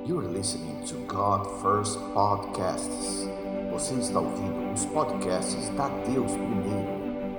You're listening to God First Podcasts. Você está ouvindo os podcasts da Deus Primeiro.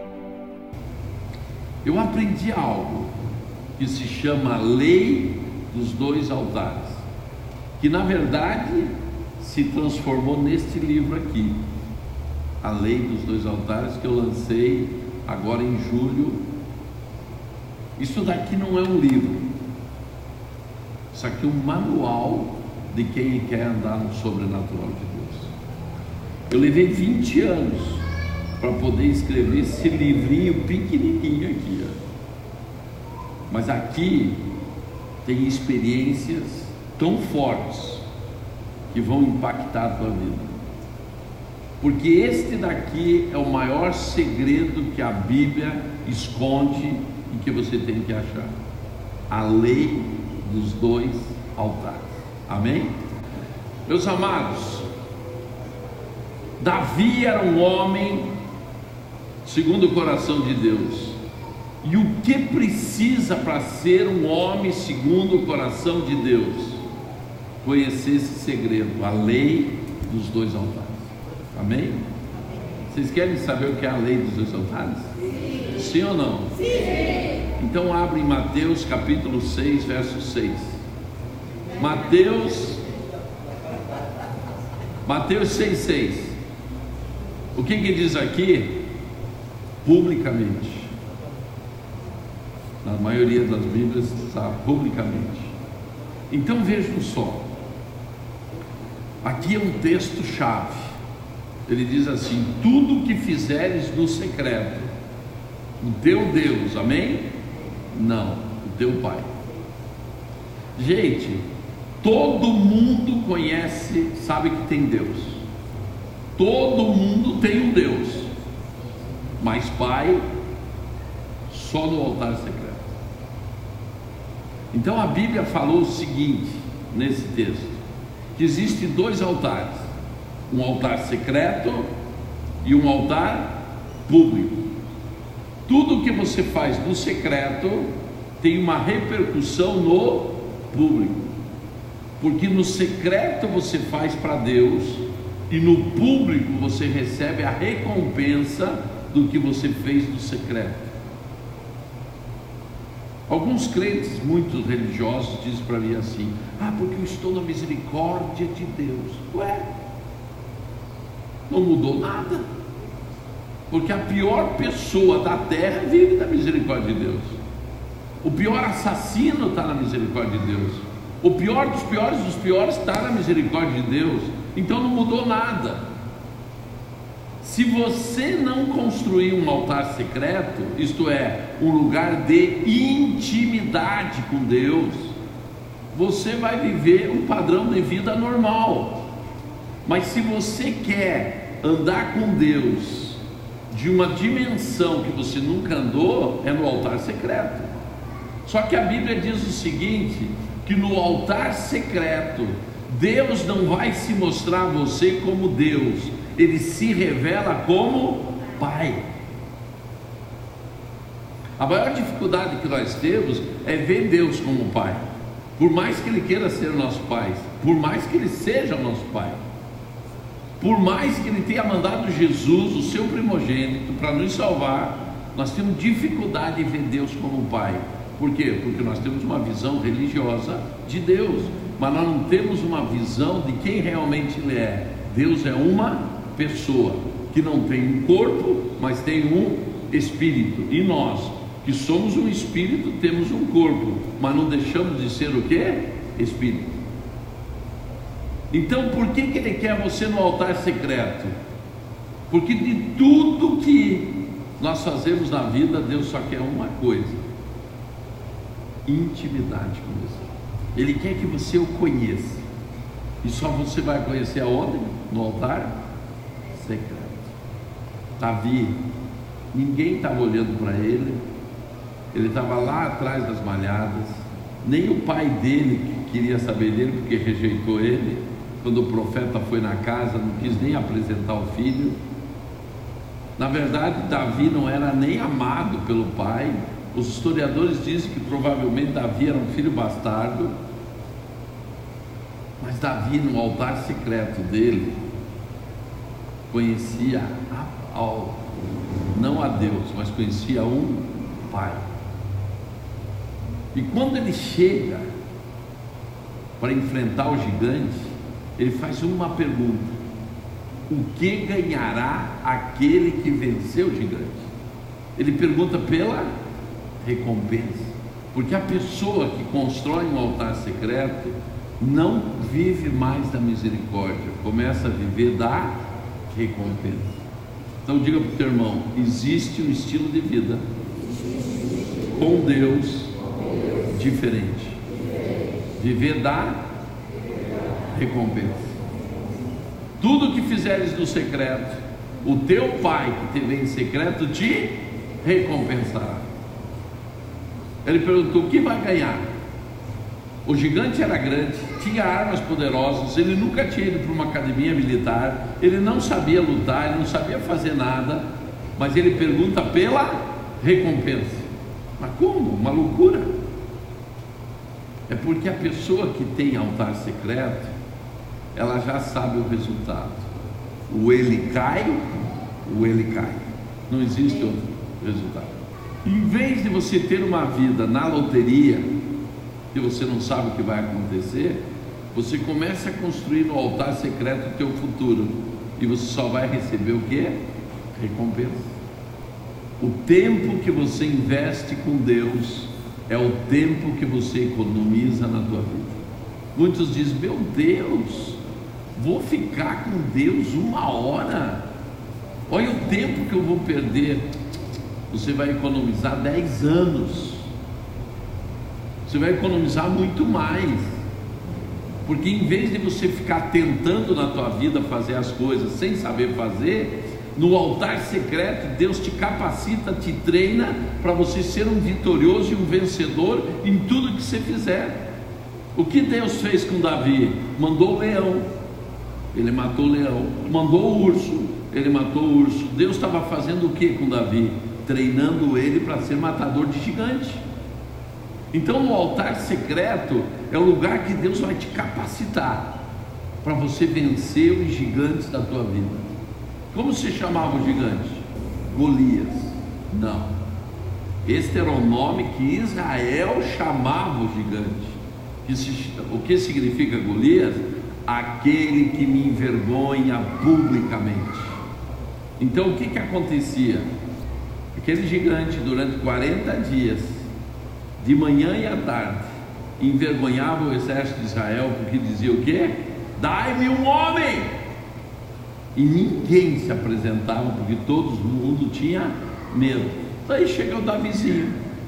Eu aprendi algo que se chama Lei dos Dois Altares, que na verdade se transformou neste livro aqui, a Lei dos Dois Altares, que eu lancei agora em julho. Isso daqui não é um livro, isso aqui é um manual de quem quer andar no sobrenatural de Deus. Eu levei 20 anos para poder escrever esse livrinho pequenininho aqui, ó. Mas aqui tem experiências tão fortes que vão impactar a tua vida, porque este daqui é o maior segredo que a Bíblia esconde e que você tem que achar: a lei dos dois altares. Amém? Meus amados, Davi era um homem segundo o coração de Deus. E o que precisa para ser um homem segundo o coração de Deus? Conhecer esse segredo, a lei dos dois altares. Amém? Vocês querem saber o que é a lei dos dois altares? Sim, sim ou não? Sim. Então abre em Mateus capítulo 6, verso 6. Mateus 6,6. O que diz aqui? Publicamente. Na maioria das Bíblias está publicamente. Então vejam só, aqui é um texto chave. Ele diz assim: tudo que fizeres no secreto, o teu Deus, amém? Não, o teu Pai. Gente, todo mundo conhece, sabe que tem Deus. Todo mundo tem um Deus, mas Pai só no altar secreto. Então a Bíblia falou o seguinte nesse texto: que existem dois altares, um altar secreto e um altar público. Tudo que você faz no secreto tem uma repercussão no público, porque no secreto você faz para Deus e no público você recebe a recompensa do que você fez no secreto. Alguns crentes muito religiosos dizem para mim assim: porque eu estou na misericórdia de Deus. Ué, não mudou nada, porque a pior pessoa da terra vive da misericórdia de Deus. O pior assassino está na misericórdia de Deus. O pior dos piores está na misericórdia de Deus. Então não mudou nada. Se você não construir um altar secreto, isto é, um lugar de intimidade com Deus, você vai viver um padrão de vida normal. Mas se você quer andar com Deus de uma dimensão que você nunca andou, é no altar secreto. Só que a Bíblia diz o seguinte: que no altar secreto Deus não vai se mostrar a você como Deus, Ele se revela como Pai. A maior dificuldade que nós temos é ver Deus como Pai. Por mais que Ele queira ser o nosso Pai, por mais que Ele seja o nosso Pai, por mais que Ele tenha mandado Jesus, o seu primogênito, para nos salvar, nós temos dificuldade em ver Deus como Pai. Por quê? Porque nós temos uma visão religiosa de Deus, mas nós não temos uma visão de quem realmente Ele é. Deus é uma pessoa que não tem um corpo, mas tem um espírito. E nós, que somos um espírito, temos um corpo, mas não deixamos de ser o quê? Espírito. Então por que Ele quer você no altar secreto? Porque de tudo que nós fazemos na vida, Deus só quer uma coisa: intimidade com você. Ele quer que você o conheça. E só você vai conhecer aonde? No altar secreto. Davi, ninguém estava olhando para ele. Ele estava lá atrás das malhadas. Nem o pai dele queria saber dele, porque rejeitou ele. Quando o profeta foi na casa, não quis nem apresentar o filho. Na verdade, Davi não era nem amado pelo pai. Os historiadores dizem que provavelmente Davi era um filho bastardo. Mas Davi, no altar secreto dele, conhecia não a Deus, mas conhecia um Pai. E quando ele chega para enfrentar o gigante, ele faz uma pergunta: o que ganhará aquele que venceu o gigante? Ele pergunta pela recompensa, porque a pessoa que constrói um altar secreto não vive mais da misericórdia, começa a viver da recompensa. Então diga para o teu irmão: existe um estilo de vida com Deus diferente. Viver da recompensa. Tudo que fizeres no secreto, o teu Pai que te vê em secreto te recompensará. Ele perguntou: o que vai ganhar? O gigante era grande, tinha armas poderosas, ele nunca tinha ido para uma academia militar, ele não sabia lutar, ele não sabia fazer nada, mas ele pergunta pela recompensa. Mas como? Uma loucura. É porque a pessoa que tem altar secreto, ela já sabe o resultado. O ele cai, o ele cai. Não existe outro resultado. Em vez de você ter uma vida na loteria, que você não sabe o que vai acontecer, você começa a construir no altar secreto o teu futuro, e você só vai receber o quê? Recompensa. O tempo que você investe com Deus é o tempo que você economiza na tua vida. Muitos dizem: meu Deus, vou ficar com Deus 1 hora, olha o tempo que eu vou perder. Você vai economizar 10 anos, você vai economizar muito mais, porque em vez de você ficar tentando na tua vida fazer as coisas sem saber fazer, no altar secreto Deus te capacita, te treina para você ser um vitorioso e um vencedor em tudo que você fizer. O que Deus fez com Davi? Mandou o leão, ele matou o leão. Mandou o urso, ele matou o urso. Deus estava fazendo o que com Davi? Treinando ele para ser matador de gigante. Então no altar secreto é o lugar que Deus vai te capacitar para você vencer os gigantes da tua vida. Como se chamava o gigante? Golias? Não, este era o nome que Israel chamava o gigante. O que significa Golias? Aquele que me envergonha publicamente. Então o que acontecia? Aquele gigante durante 40 dias, de manhã e à tarde, envergonhava o exército de Israel, porque dizia o quê? Dai-me um homem! E ninguém se apresentava, porque todo mundo tinha medo. Daí chega o Davizinho: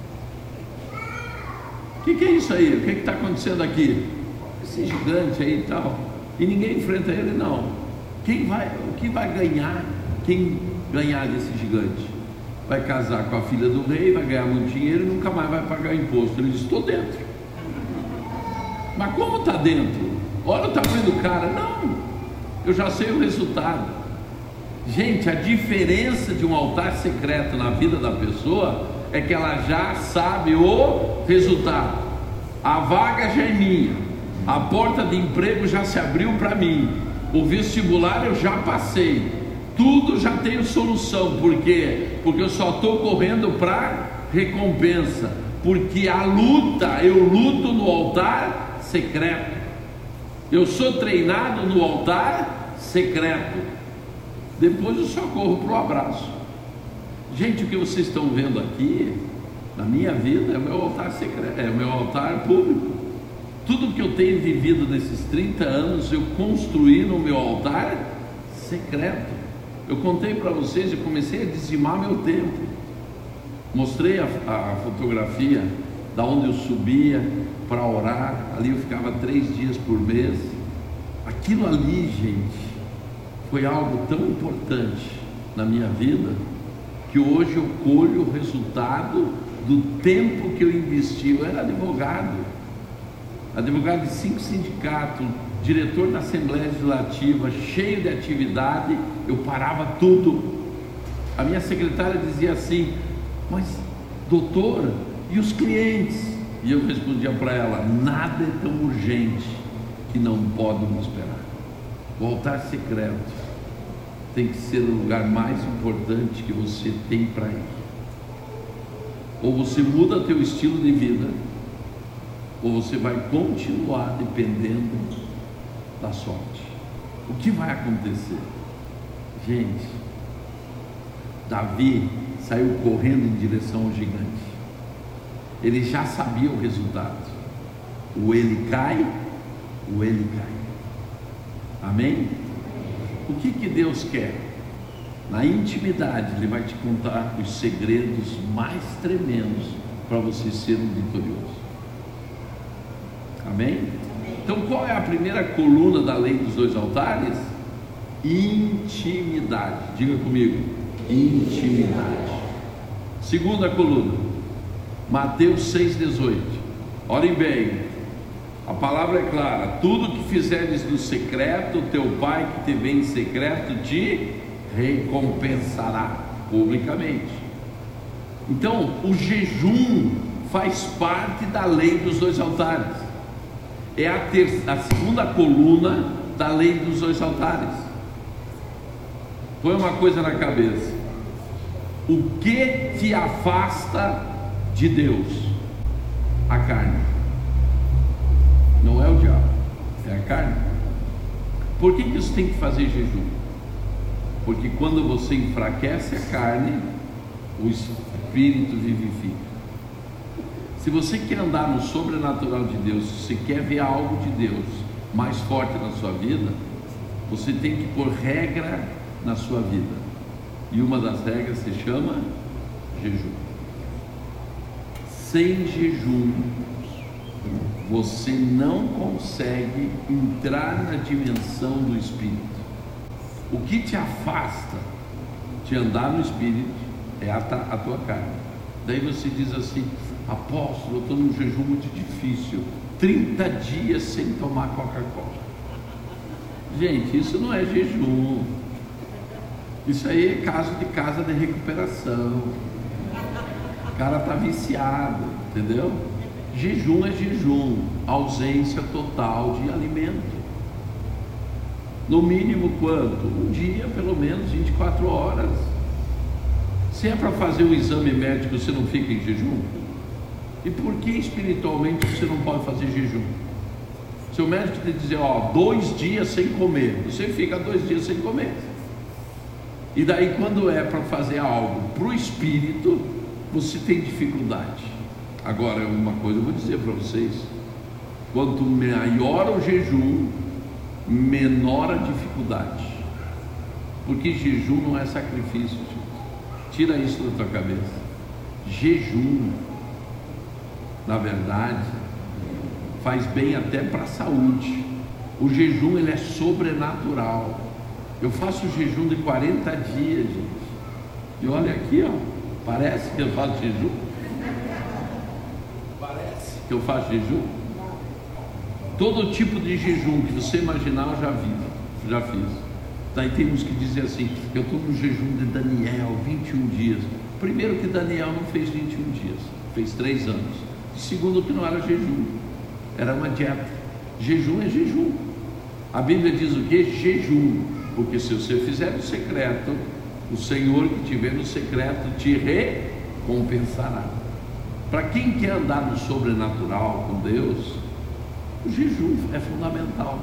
o que é isso aí? O que está acontecendo aqui? Esse gigante aí e tal. E ninguém enfrenta ele, não. O que vai ganhar? Quem ganhar desse gigante? Vai casar com a filha do rei, vai ganhar muito dinheiro e nunca mais vai pagar imposto. Ele diz: estou dentro. Mas como está dentro? Olha o tamanho do cara. Não, eu já sei o resultado. Gente, a diferença de um altar secreto na vida da pessoa é que ela já sabe o resultado. A vaga já é minha, a porta de emprego já se abriu para mim, o vestibular eu já passei, tudo já tenho solução. Por quê? Porque eu só estou correndo para recompensa, porque a luta, eu luto no altar secreto, eu sou treinado no altar secreto, depois eu só corro para o abraço. Gente, o que vocês estão vendo aqui na minha vida é o meu altar secreto, é o meu altar público. Tudo que eu tenho vivido nesses 30 anos eu construí no meu altar secreto. Eu contei para vocês, eu comecei a dizimar meu tempo. Mostrei a fotografia da onde eu subia para orar. Ali eu ficava 3 dias por mês. Aquilo ali, gente, foi algo tão importante na minha vida, que hoje eu colho o resultado do tempo que eu investi. Eu era advogado de 5 sindicatos, diretor da Assembleia Legislativa, cheio de atividade. Eu parava tudo. A minha secretária dizia assim: mas doutor, e os clientes? E eu respondia para ela: nada é tão urgente que não podem esperar. O altar secreto tem que ser o lugar mais importante que você tem para ir. Ou você muda teu estilo de vida, ou você vai continuar dependendo da sorte. O que vai acontecer? Gente, Davi saiu correndo em direção ao gigante. Ele já sabia o resultado. Ou ele cai, ou ele cai. Amém? O que Deus quer? Na intimidade, Ele vai te contar os segredos mais tremendos para você ser um vitorioso. Amém? Então, qual é a primeira coluna da lei dos 2 altares? Intimidade. Diga comigo: intimidade. Segunda coluna, Mateus 6,18. Olhem bem, a palavra é clara: tudo que fizeres no secreto, teu Pai que te vê em secreto te recompensará publicamente. Então, o jejum faz parte da lei dos 2 altares. É a segunda coluna da lei dos 2 altares. Põe uma coisa na cabeça: o que te afasta de Deus? A carne. Não é o diabo, é a carne. Por que você tem que fazer jejum? Porque quando você enfraquece a carne, o espírito vivifica. Se você quer andar no sobrenatural de Deus, se você quer ver algo de Deus mais forte na sua vida, você tem que pôr regra na sua vida. E uma das regras se chama jejum. Sem jejum, você não consegue entrar na dimensão do Espírito. O que te afasta de andar no Espírito é a tua carne. Daí você diz assim: apóstolo, eu estou num jejum muito difícil, 30 dias sem tomar Coca-Cola. Gente, isso não é jejum. Isso aí é caso de casa de recuperação. O cara está viciado, entendeu? Jejum é jejum, ausência total de alimento. No mínimo quanto? Um dia, pelo menos 24 horas. Se é para fazer um exame médico, você não fica em jejum? E por que espiritualmente você não pode fazer jejum? Se o médico te dizer, 2 dias sem comer, você fica 2 dias sem comer. E daí quando é para fazer algo para o espírito, você tem dificuldade. Agora, uma coisa eu vou dizer para vocês: quanto maior o jejum, menor a dificuldade. Porque jejum não é sacrifício, gente. Tira isso da tua cabeça. Jejum, na verdade, faz bem até para a saúde. O jejum, ele é sobrenatural. Eu faço jejum de 40 dias, gente. E olha aqui, parece que eu faço jejum. Parece que eu faço jejum. Todo tipo de jejum que você imaginar, eu já fiz. Daí tem uns que dizem assim: eu estou no jejum de Daniel, 21 dias. Primeiro que Daniel não fez 21 dias, fez 3 anos. Segundo que não era jejum, era uma dieta. Jejum é jejum. A Bíblia diz o que? Jejum. Porque se você fizer no secreto, o Senhor que te vê no secreto te recompensará. Para quem quer andar no sobrenatural com Deus, o jejum é fundamental.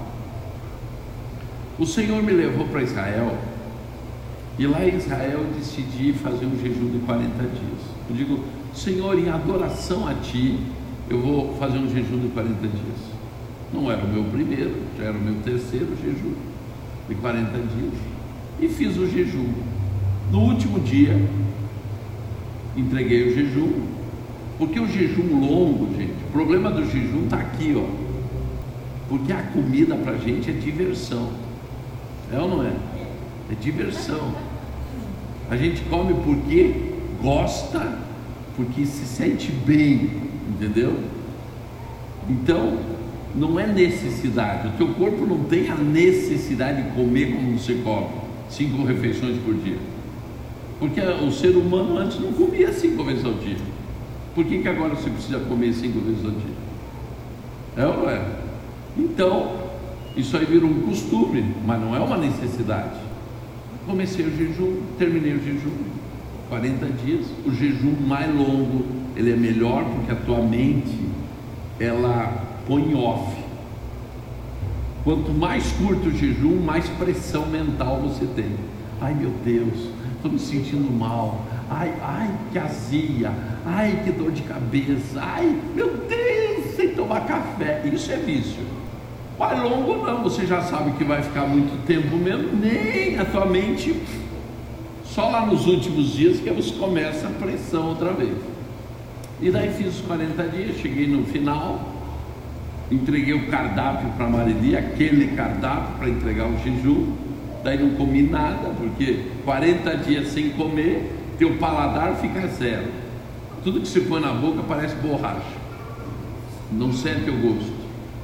O Senhor me levou para Israel, e lá em Israel eu decidi fazer um jejum de 40 dias. Eu digo: Senhor, em adoração a Ti, eu vou fazer um jejum de 40 dias. Não era o meu primeiro, já era o meu terceiro jejum de 40 dias. E fiz o jejum. No último dia, entreguei o jejum, porque o jejum longo, gente, o problema do jejum está aqui, porque a comida para a gente é diversão. É ou não é? É diversão. A gente come porque gosta, porque se sente bem, entendeu? Então, não é necessidade. O teu corpo não tem a necessidade de comer como você come, 5 refeições por dia. Porque o ser humano antes não comia 5 vezes ao dia. Por que agora você precisa comer 5 vezes ao dia? É ou não é? Então, Isso aí virou um costume, mas não é uma necessidade. Comecei o jejum, terminei o jejum, 40 dias. O jejum mais longo, ele é melhor porque a tua mente, ela põe off. Quanto mais curto o jejum, mais pressão mental você tem. Ai meu Deus, estou me sentindo mal. Ai, que azia. Ai, que dor de cabeça. Ai, meu Deus, sem tomar café. Isso é vício. Mais longo não, você já sabe que vai ficar muito tempo mesmo. Nem a tua mente, só lá nos últimos dias que você começa a pressão outra vez. E daí fiz os 40 dias, cheguei no final, entreguei o cardápio para a Marili, aquele cardápio para entregar o jejum. Daí não comi nada, porque 40 dias sem comer, teu paladar fica zero. Tudo que você põe na boca parece borracha, não sente o gosto.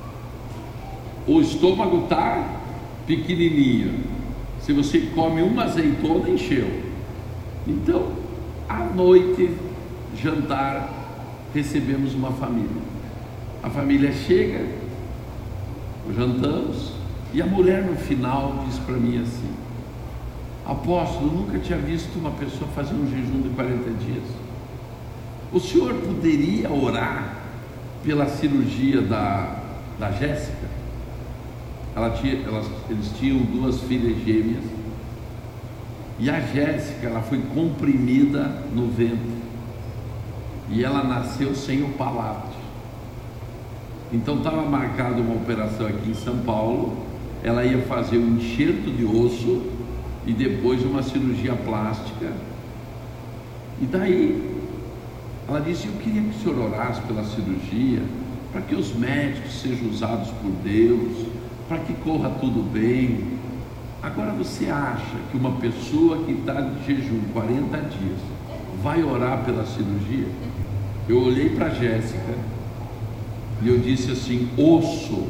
O estômago está pequenininho. Se você come uma azeitona, encheu. Então, à noite, jantar, recebemos uma família. A família chega, jantamos, e a mulher no final diz para mim assim: apóstolo, nunca tinha visto uma pessoa fazer um jejum de 40 dias. O senhor poderia orar pela cirurgia da Jéssica? Eles tinham 2 filhas gêmeas, e a Jéssica, ela foi comprimida no ventre, e ela nasceu sem o palato. Então estava marcada uma operação aqui em São Paulo. Ela ia fazer um enxerto de osso e depois uma cirurgia plástica. E daí ela disse: eu queria que o senhor orasse pela cirurgia, para que os médicos sejam usados por Deus, para que corra tudo bem. Agora, você acha que uma pessoa que está de jejum 40 dias vai orar pela cirurgia? Eu olhei para a Jéssica e eu disse assim: osso,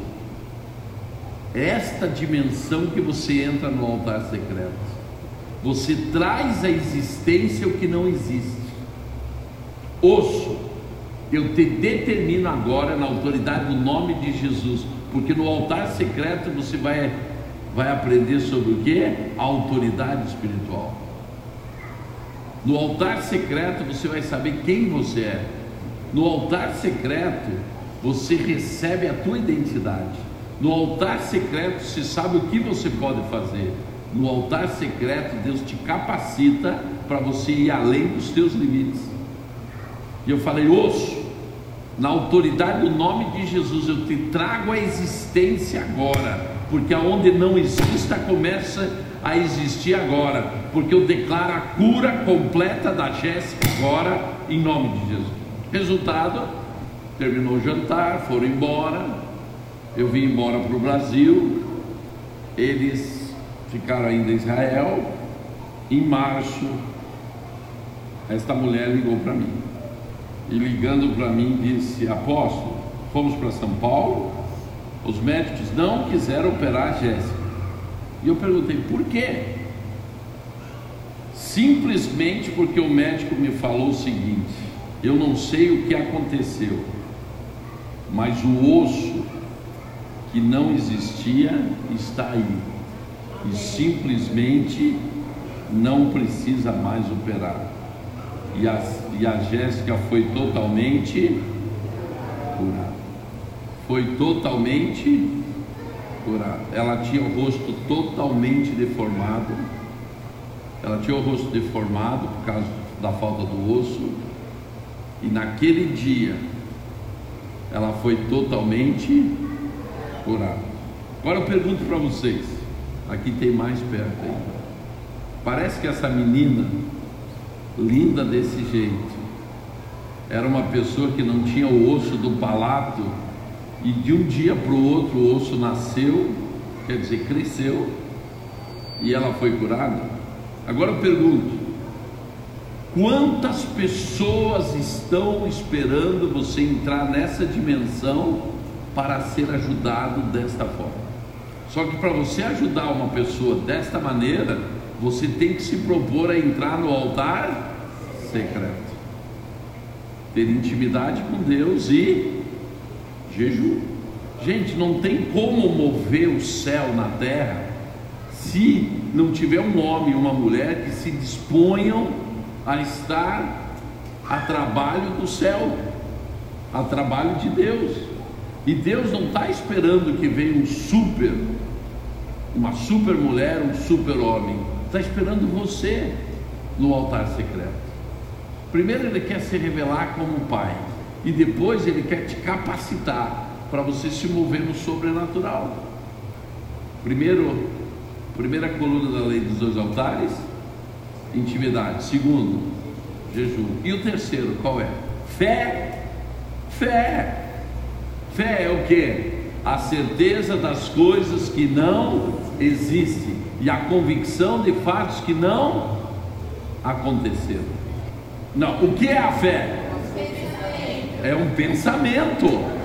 esta dimensão que você entra no altar secreto, você traz à existência o que não existe. Osso, eu te determino agora, na autoridade do nome de Jesus, porque no altar secreto você vai aprender sobre o que? A autoridade espiritual. No altar secreto você vai saber quem você é. No altar secreto você recebe a tua identidade. No altar secreto você sabe o que você pode fazer. No altar secreto Deus te capacita para você ir além dos teus limites. E eu falei: osso, na autoridade do nome de Jesus, eu te trago a existência agora, porque aonde não exista começa a existir agora, porque eu declaro a cura completa da Jéssica agora, em nome de Jesus. Resultado, terminou o jantar, foram embora, eu vim embora para o Brasil, eles ficaram ainda em Israel. Em março, esta mulher ligou para mim, e ligando para mim disse: apóstolo, fomos para São Paulo, os médicos não quiseram operar a Jéssica. E eu perguntei: por quê? Simplesmente porque o médico me falou o seguinte: eu não sei o que aconteceu, mas o osso que não existia está aí, e simplesmente não precisa mais operar. E a Jéssica foi totalmente curada. Foi totalmente curada. Ela tinha o rosto totalmente deformado. Ela tinha o rosto deformado por causa da falta do osso. E naquele dia ela foi totalmente curada. Agora eu pergunto para vocês, aqui tem mais perto ainda. Parece que essa menina, linda desse jeito, era uma pessoa que não tinha o osso do palato, e de um dia para o outro o osso nasceu, quer dizer, cresceu, e ela foi curada. Agora eu pergunto: quantas pessoas estão esperando você entrar nessa dimensão para ser ajudado desta forma? Só que para você ajudar uma pessoa desta maneira, você tem que se propor a entrar no altar secreto, ter intimidade com Deus e jejum. Gente, não tem como mover o céu na terra se não tiver um homem e uma mulher que se disponham a estar a trabalho do céu, a trabalho de Deus. E Deus não está esperando que venha uma super mulher, um super homem. Está esperando você no altar secreto. Primeiro Ele quer se revelar como Pai, e depois Ele quer te capacitar para você se mover no sobrenatural. Primeira coluna da lei dos 2 altares, intimidade. Segundo, jejum. E o terceiro, qual é? Fé. Fé é o que? A certeza das coisas que não existem e a convicção de fatos que não aconteceram. Não, o que é a fé? É um pensamento.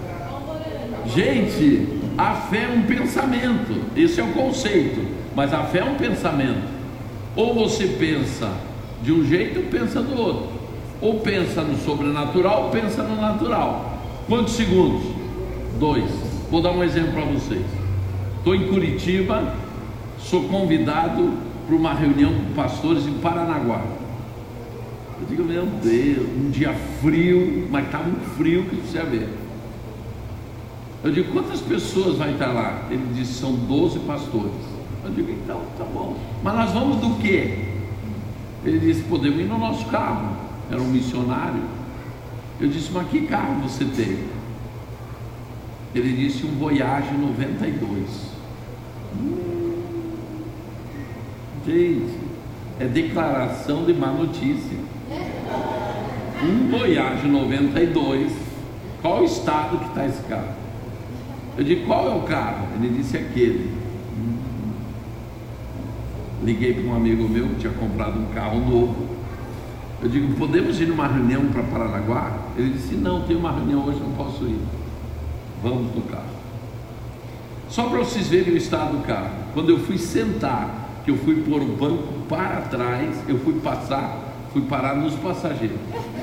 Gente, a fé é um pensamento. Esse é o conceito. Mas a fé é um pensamento. Ou você pensa de um jeito ou pensa do outro. Ou pensa no sobrenatural ou pensa no natural. Quantos segundos? 2. Vou dar um exemplo para vocês. Estou em Curitiba, sou convidado para uma reunião com pastores em Paranaguá. Eu digo, meu Deus, um dia frio, mas está um frio que você vai ver. Eu digo, quantas pessoas vai estar lá? Ele disse, são 12 pastores. Eu digo, então, tá bom. Mas nós vamos do quê? Ele disse, podemos ir no nosso carro. Era um missionário. Eu disse, mas que carro você tem? Ele disse, um Voyage 92. Gente, é declaração de má notícia. Um Voyage 92. Qual estado que está esse carro? Eu digo, qual é o carro? Ele disse, aquele. Liguei para um amigo meu que tinha comprado um carro novo. Eu digo, podemos ir numa reunião para Paranaguá? Ele disse, não, tem uma reunião hoje, não posso ir. Vamos no carro. Só para vocês verem o estado do carro. Quando eu fui sentar, que eu fui pôr o banco para trás, eu fui parar nos passageiros.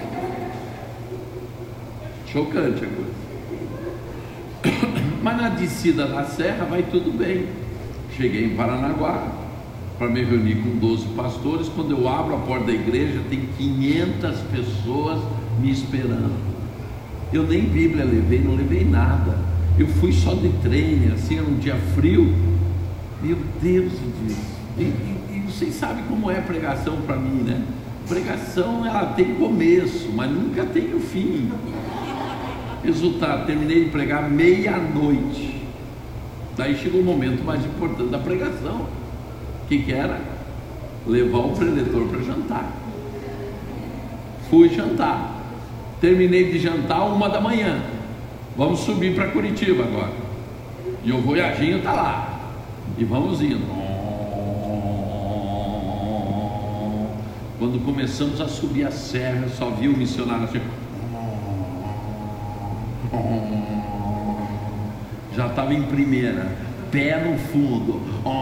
Chocante a coisa. Mas na descida da serra vai tudo bem. Cheguei em Paranaguá para me reunir com 12 pastores. Quando eu abro a porta da igreja, tem 500 pessoas me esperando. Eu nem Bíblia levei, não levei nada. Eu fui só de trem, assim, era um dia frio. Meu Deus, e vocês sabem como é pregação para mim, né? Pregação, ela tem começo, mas nunca tem o fim. Resultado, terminei de pregar meia-noite. Daí chegou o momento mais importante da pregação. O que era? Levar o preletor para jantar. Fui jantar. Terminei de jantar 1h. Vamos subir para Curitiba agora. E o Voyaginho está lá. E vamos indo. Quando começamos a subir a serra, só vi o missionário assim. Já estava em primeira, pé no fundo,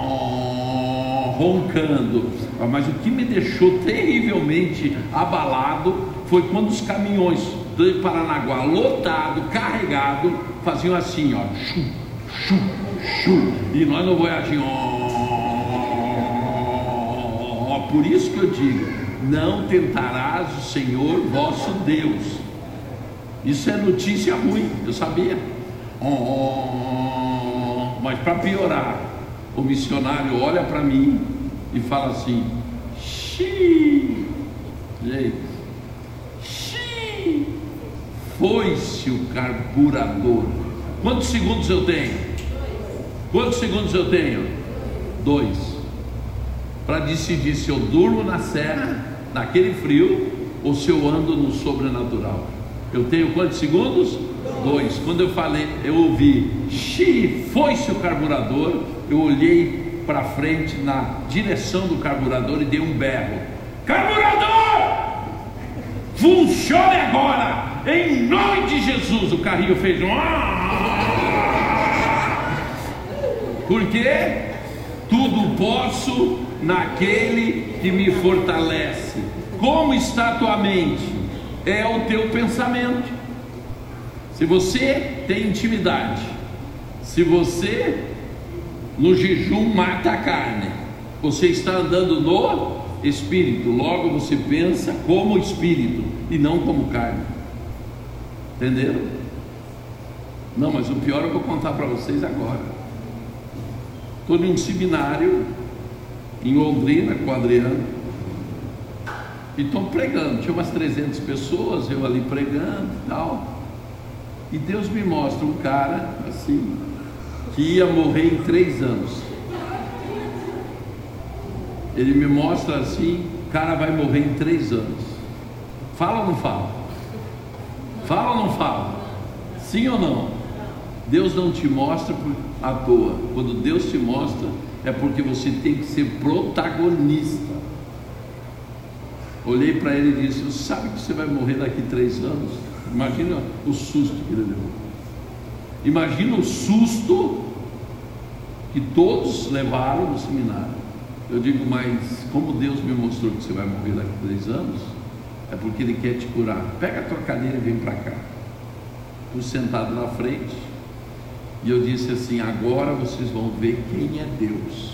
roncando. Mas o que me deixou terrivelmente abalado foi quando os caminhões de Paranaguá, lotado, carregado, faziam assim, ó, chu, chu, chu, e nós no Voyaginho, por isso que eu digo, não tentarás o Senhor vosso Deus. Isso é notícia ruim, eu sabia. Mas para piorar, o missionário olha para mim e fala assim, xiii, gente, xiii, foi-se o carburador. Quantos segundos eu tenho? Quantos segundos eu tenho? 2. Para decidir se eu durmo na serra, naquele frio, ou se eu ando no sobrenatural. Eu tenho quantos segundos? 2. Quando eu falei, eu ouvi, xiii, foi-se o carburador, eu olhei para frente na direção do carburador e dei um berro. Carburador! Funcione agora! Em nome de Jesus! O carrinho fez um... Porque tudo posso naquele que me fortalece. Como está a tua mente? É o teu pensamento. Se você tem intimidade Se você no jejum mata a carne, você está andando no espírito, logo você pensa como espírito e não como carne. Entenderam? Não, mas o pior eu vou contar para vocês agora. Estou em um seminário em Londrina com o Adriano e estou pregando. Tinha umas 300 pessoas, eu ali pregando e tal. E Deus me mostra um cara assim, que ia morrer em 3 anos. Ele me mostra assim: o cara vai morrer em 3 anos. Fala ou não fala? Fala ou não fala? Sim ou não? Deus não te mostra à toa. Quando Deus te mostra, é porque você tem que ser protagonista. Olhei para ele e disse: você sabe que você vai morrer daqui 3 anos? Imagina o susto que ele levou. Imagina o susto que todos levaram no seminário. Eu digo: mas como Deus me mostrou que você vai morrer daqui 3 anos, é porque Ele quer te curar. Pega a tua cadeira e vem para cá. Fui sentado na frente e eu disse assim: agora vocês vão ver quem é Deus.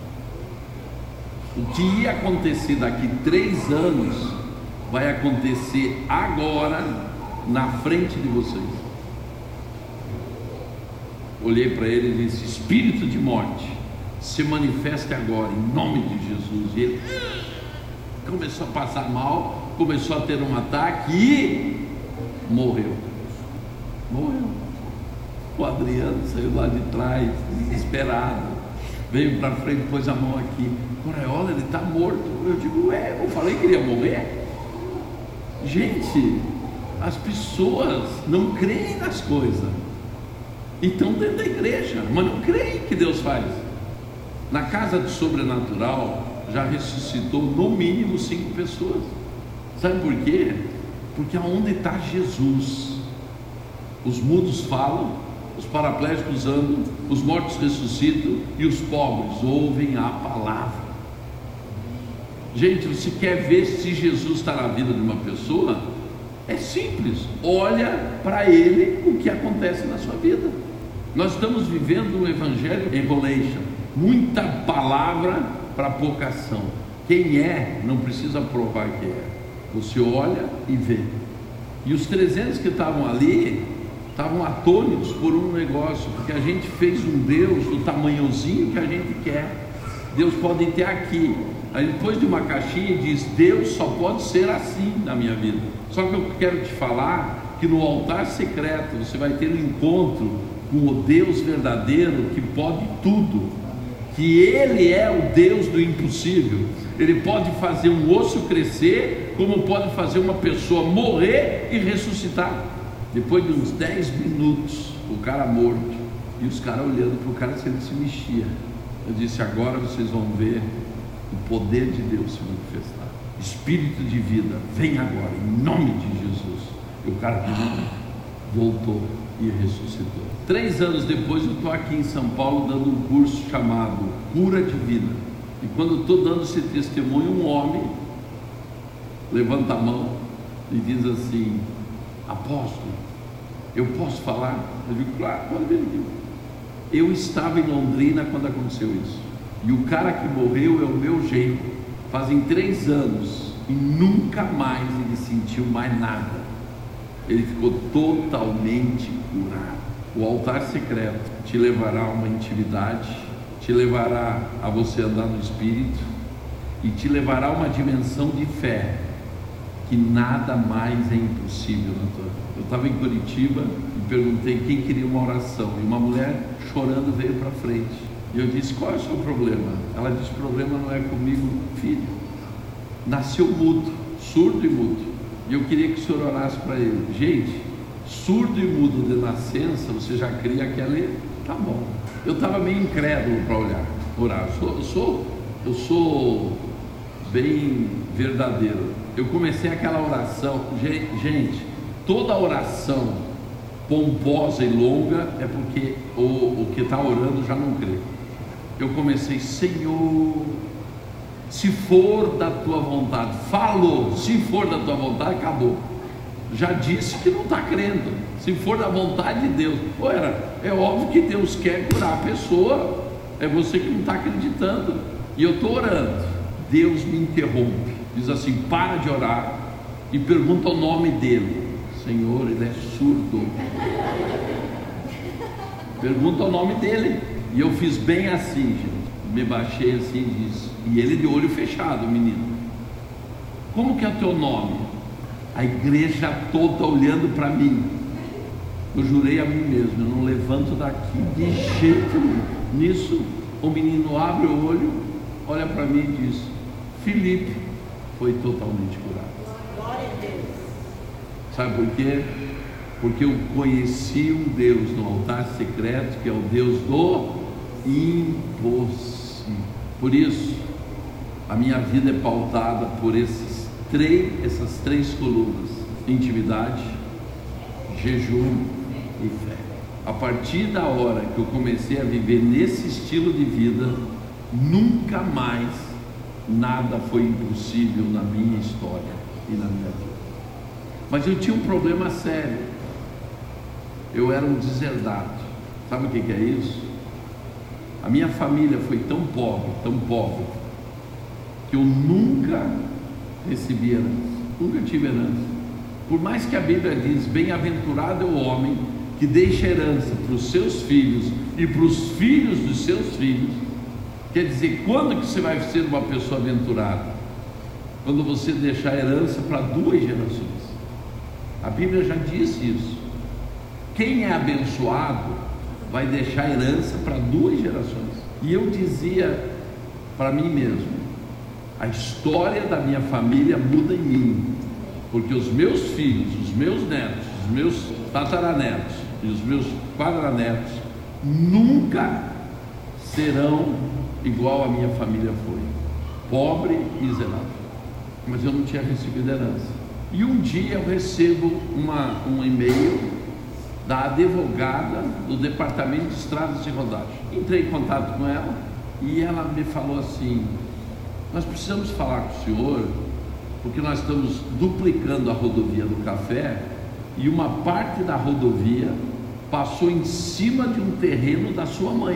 O que ia acontecer daqui 3 anos vai acontecer agora na frente de vocês. Olhei para ele e disse: espírito de morte, se manifeste agora em nome de Jesus. E ele começou a passar mal, começou a ter um ataque e morreu. O Adriano saiu lá de trás, desesperado, veio para frente, pôs a mão aqui: Coraiola, ele está morto. Eu digo: eu falei que ele ia morrer. Gente, as pessoas não creem nas coisas, estão dentro da igreja, mas não creem que Deus faz. Na casa do sobrenatural já ressuscitou no mínimo 5 pessoas. Sabe por quê? Porque aonde está Jesus, os mudos falam, os paraplégicos andam, os mortos ressuscitam e os pobres ouvem a palavra. Gente, você quer ver se Jesus está na vida de uma pessoa? É simples, olha para ele o que acontece na sua vida. Nós estamos vivendo um evangelho enrolation, muita palavra para pouca ação. Quem é, não precisa provar que é, você olha e vê. E os 300 que estavam ali estavam atônitos por um negócio, porque a gente fez um Deus do tamanhozinho que a gente quer. Deus pode ter aqui, aí depois de uma caixinha diz: Deus só pode ser assim na minha vida. Só que eu quero te falar que no altar secreto você vai ter um encontro com o Deus verdadeiro, que pode tudo, que Ele é o Deus do impossível. Ele pode fazer um osso crescer, como pode fazer uma pessoa morrer e ressuscitar. Depois de uns 10 minutos, o cara morto, e os caras olhando para o cara se ele se mexia. Eu disse: agora vocês vão ver o poder de Deus se manifestar. Espírito de vida, vem agora, em nome de Jesus. E o cara voltou e ressuscitou. 3 anos depois, eu estou aqui em São Paulo dando um curso chamado Cura de Vida. E quando eu estou dando esse testemunho, um homem levanta a mão e diz assim: apóstolo, eu posso falar? Eu digo: claro, pode vir aqui. Eu estava em Londrina quando aconteceu isso, e o cara que morreu é o meu genro. Fazem 3 anos e nunca mais ele sentiu mais nada. Ele ficou totalmente curado. O altar secreto te levará a uma intimidade, te levará a você andar no Espírito e te levará a uma dimensão de fé que nada mais é impossível na tua vida. Eu estava em Curitiba e perguntei quem queria uma oração, e uma mulher chorando veio para frente. E eu disse: qual é o seu problema? Ela disse: o problema não é comigo, filho. Nasceu mudo, surdo e mudo. E eu queria que o senhor orasse para ele. Gente, surdo e mudo de nascença, você já cria aquele... Tá bom. Eu estava meio incrédulo para orar. Eu sou bem verdadeiro. Eu comecei aquela oração. Gente, toda oração pomposa e longa é porque o que está orando já não crê. Eu comecei: Senhor, se for da tua vontade. Falou, se for da tua vontade, acabou. já disse que não está crendo. Se for da vontade de Deus, é óbvio que Deus quer curar a pessoa, é você que não está acreditando. E eu estou orando, Deus me interrompe, diz assim: para de orar e pergunta o nome dele. Senhor, ele é surdo. Pergunta o nome dele. E eu fiz bem assim, gente. Me baixei assim e disse, e ele de olho fechado, o menino: como que é o teu nome? A igreja toda olhando para mim. Eu jurei a mim mesmo, eu não levanto daqui de jeito nenhum. Nisso, o menino abre o olho, olha para mim e diz: Felipe. Foi totalmente curado. Glória a Deus. Sabe por quê? Porque eu conheci um Deus no altar secreto, que é o Deus do impossível. Por isso, a minha vida é pautada por essas três colunas: intimidade, jejum e fé. A partir da hora que eu comecei a viver nesse estilo de vida, nunca mais nada foi impossível na minha história e na minha vida. Mas eu tinha um problema sério. Eu era um deserdado. Sabe o que é isso? A minha família foi tão pobre, que eu nunca recebi herança, nunca tive herança. Por mais que a Bíblia diz: bem-aventurado é o homem que deixa herança para os seus filhos e para os filhos dos seus filhos. Quer dizer, quando que você vai ser uma pessoa aventurada? Quando você deixar herança para 2 gerações. A Bíblia já disse isso. Quem é abençoado vai deixar herança para 2 gerações. E eu dizia para mim mesmo: a história da minha família muda em mim, porque os meus filhos, os meus netos, os meus tataranetos e os meus quadranetos nunca serão igual a minha família foi, pobre e miserável. Mas eu não tinha recebido herança. E um dia eu recebo um e-mail da advogada do Departamento de Estradas de Rodagem. Entrei em contato com ela e ela me falou assim: nós precisamos falar com o senhor, porque nós estamos duplicando a rodovia do Café e uma parte da rodovia passou em cima de um terreno da sua mãe.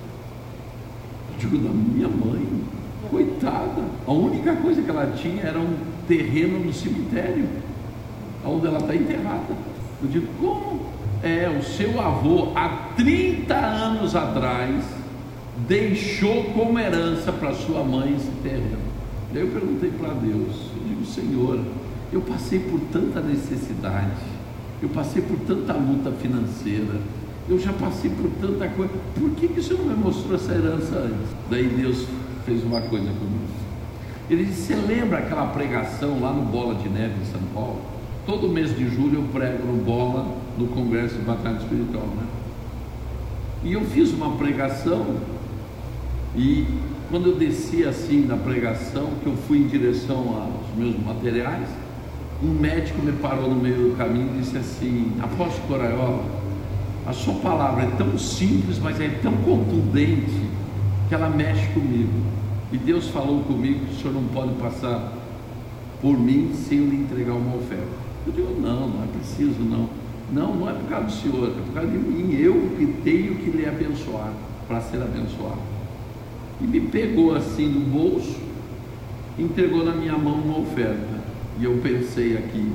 Eu digo: da minha mãe? Coitada, a única coisa que ela tinha era um terreno no cemitério, onde ela está enterrada. Eu digo: como? O seu avô, há 30 anos atrás, deixou como herança para sua mãe esse terreno. Daí eu perguntei para Deus, eu digo: Senhor, eu passei por tanta necessidade, eu passei por tanta luta financeira, eu já passei por tanta coisa, por que o Senhor não me mostrou essa herança antes? Daí Deus fez uma coisa comigo. Ele disse: você lembra aquela pregação lá no Bola de Neve em São Paulo? Todo mês de julho eu prego no Bola, no Congresso de Batalha Espiritual, né? E eu fiz uma pregação, e quando eu desci assim da pregação, que eu fui em direção aos meus materiais, um médico me parou no meio do caminho e disse assim: Apóstolo Coraiola, a sua palavra é tão simples, mas é tão contundente que ela mexe comigo. E Deus falou comigo que o senhor não pode passar por mim sem eu lhe entregar uma oferta. Eu digo: não é preciso, não é por causa do senhor, é por causa de mim, eu que tenho que lhe abençoar, para ser abençoado. E me pegou assim no bolso, entregou na minha mão uma oferta, e eu pensei aqui: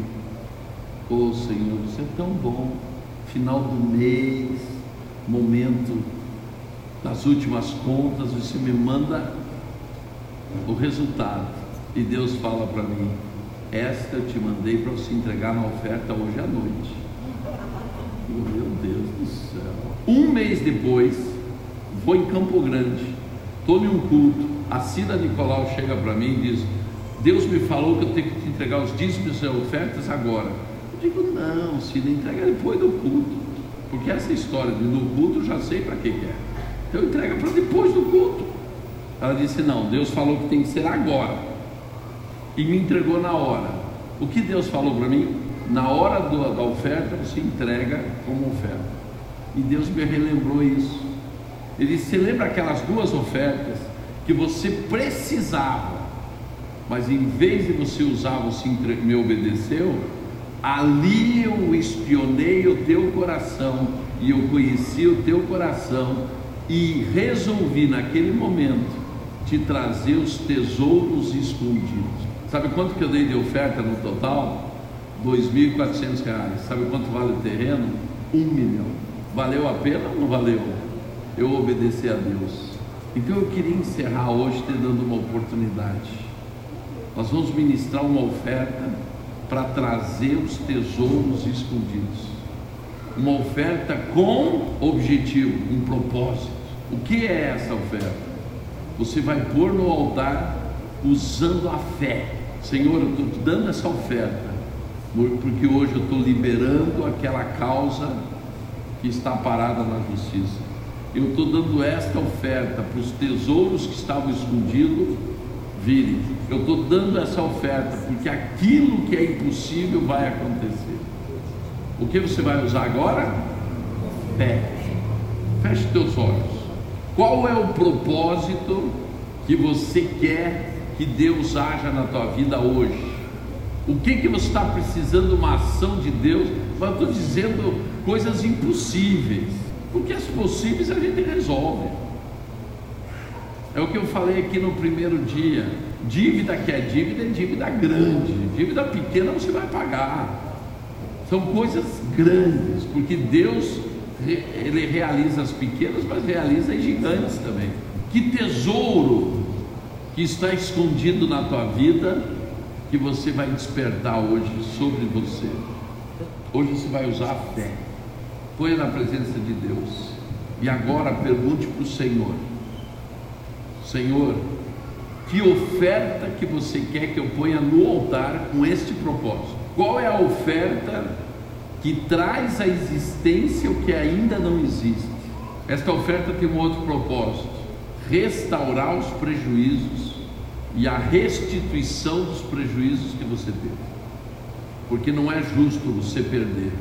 ô Senhor, isso é tão bom, final do mês, momento das últimas contas, você me manda o resultado. E Deus fala para mim: esta eu te mandei para você entregar na oferta hoje à noite. Meu Deus do céu. Um mês depois, vou em Campo Grande, estou em um culto, a Cida Nicolau chega para mim e diz: Deus me falou que eu tenho que te entregar os dízimos e ofertas agora. Eu digo: não, Cida, entrega depois do culto, porque essa história de no culto eu já sei para que é, então entrega para depois do culto. Ela disse: não, Deus falou que tem que ser agora, e me entregou na hora. O que Deus falou para mim? Na hora da oferta você entrega como oferta. E Deus me relembrou isso. Ele disse: você lembra aquelas 2 ofertas que você precisava, mas em vez de você usar, você me obedeceu? Ali eu espionei o teu coração e eu conheci o teu coração e resolvi naquele momento te trazer os tesouros escondidos. Sabe quanto que eu dei de oferta no total? R$2.400. Sabe quanto vale o terreno? 1 milhão. Valeu a pena ou não valeu? Eu obedeci a Deus. Então eu queria encerrar hoje te dando uma oportunidade. Nós vamos ministrar uma oferta para trazer os tesouros escondidos. Uma oferta com objetivo, um propósito. O que é essa oferta? Você vai pôr no altar usando a fé. Senhor, eu estou te dando essa oferta porque hoje eu estou liberando aquela causa que está parada na justiça. Eu estou dando esta oferta para os tesouros que estavam escondidos virem. Eu estou dando essa oferta porque aquilo que é impossível vai acontecer. O que você vai usar agora? Fé. Feche teus olhos. Qual é o propósito que você quer que Deus haja na tua vida hoje? O que você está precisando? Uma ação de Deus? Mas eu estou dizendo coisas impossíveis, porque as possíveis a gente resolve. É o que eu falei aqui no primeiro dia. Dívida que é dívida grande. Dívida pequena você vai pagar. São coisas grandes, porque Deus, Ele realiza as pequenas, mas realiza as gigantes também. Que tesouro que está escondido na tua vida que você vai despertar hoje sobre você? Hoje você vai usar a fé. Põe na presença de Deus. E agora pergunte para o Senhor: Senhor, que oferta que você quer que eu ponha no altar com este propósito? Qual é a oferta que traz à existência o que ainda não existe? Esta oferta tem um outro propósito: restaurar os prejuízos e a restituição dos prejuízos que você teve, porque não é justo você perder.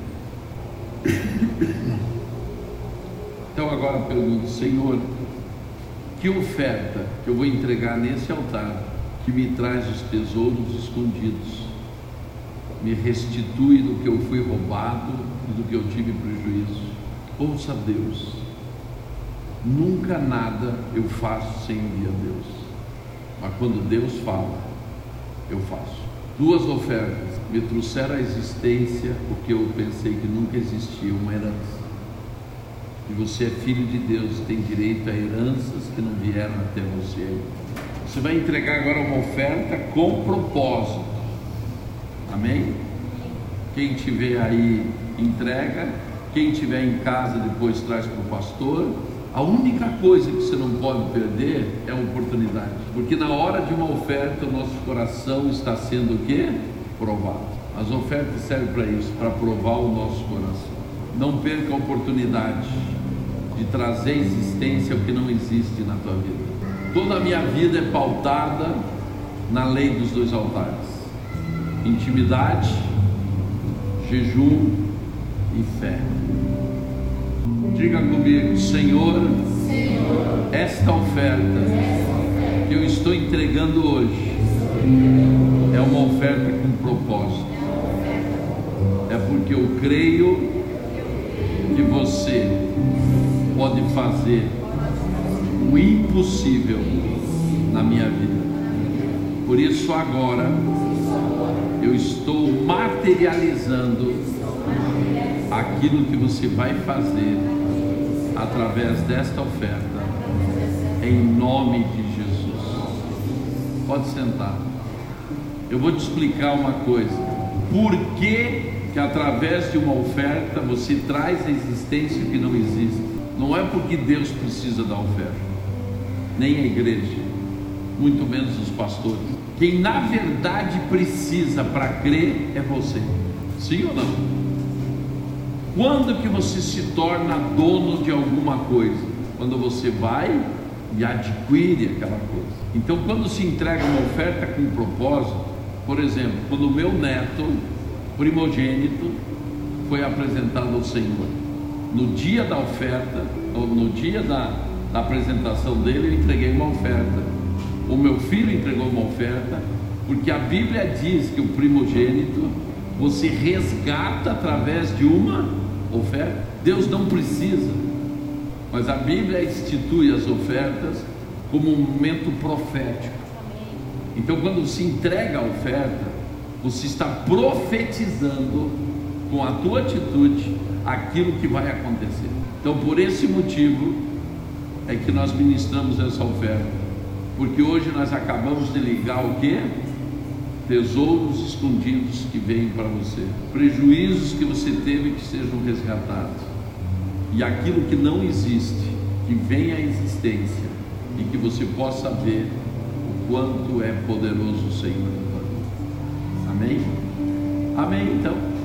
Então agora pergunto: Senhor, que oferta que eu vou entregar nesse altar que me traz os tesouros escondidos, me restitui do que eu fui roubado e do que eu tive prejuízo? Ouça Deus. Nunca nada eu faço sem ouvir a Deus, mas quando Deus fala, eu faço. 2 ofertas me trouxeram à existência o que eu pensei que nunca existia, uma herança. E você é filho de Deus, tem direito a heranças que não vieram até você. Você vai entregar agora uma oferta com propósito. Amém? Quem tiver aí, entrega. Quem tiver em casa, depois traz para o pastor. A única coisa que você não pode perder é a oportunidade, porque na hora de uma oferta o nosso coração está sendo o quê? Provado. As ofertas servem para isso, para provar o nosso coração. Não perca a oportunidade de trazer à existência o que não existe na tua vida. Toda a minha vida é pautada na lei dos 2 altares: intimidade, jejum e fé. Diga comigo: Senhor, esta oferta que eu estou entregando hoje é uma oferta com propósito. É porque eu creio que você pode fazer o impossível na minha vida. Por isso agora eu estou materializando aquilo que você vai fazer através desta oferta, em nome de Jesus. Pode sentar. Eu vou te explicar uma coisa: por que através de uma oferta você traz a existência que não existe? Não é porque Deus precisa da oferta, nem a igreja, muito menos os pastores. Quem na verdade precisa para crer é você. Sim ou não? Quando que você se torna dono de alguma coisa? Quando você vai e adquire aquela coisa. Então, quando se entrega uma oferta com propósito, por exemplo, quando o meu neto primogênito foi apresentado ao Senhor, no dia da oferta, ou no dia da apresentação dele, eu entreguei uma oferta. O meu filho entregou uma oferta, porque a Bíblia diz que o primogênito você resgata através de uma oferta. Deus não precisa, mas a Bíblia institui as ofertas como um momento profético. Então, quando se entrega a oferta, você está profetizando com a tua atitude aquilo que vai acontecer. Então, por esse motivo é que nós ministramos essa oferta, porque hoje nós acabamos de ligar o quê? Tesouros escondidos que vêm para você, prejuízos que você teve que sejam resgatados, e aquilo que não existe, que venha à existência, e que você possa ver o quanto é poderoso o Senhor. Amém? Amém, então.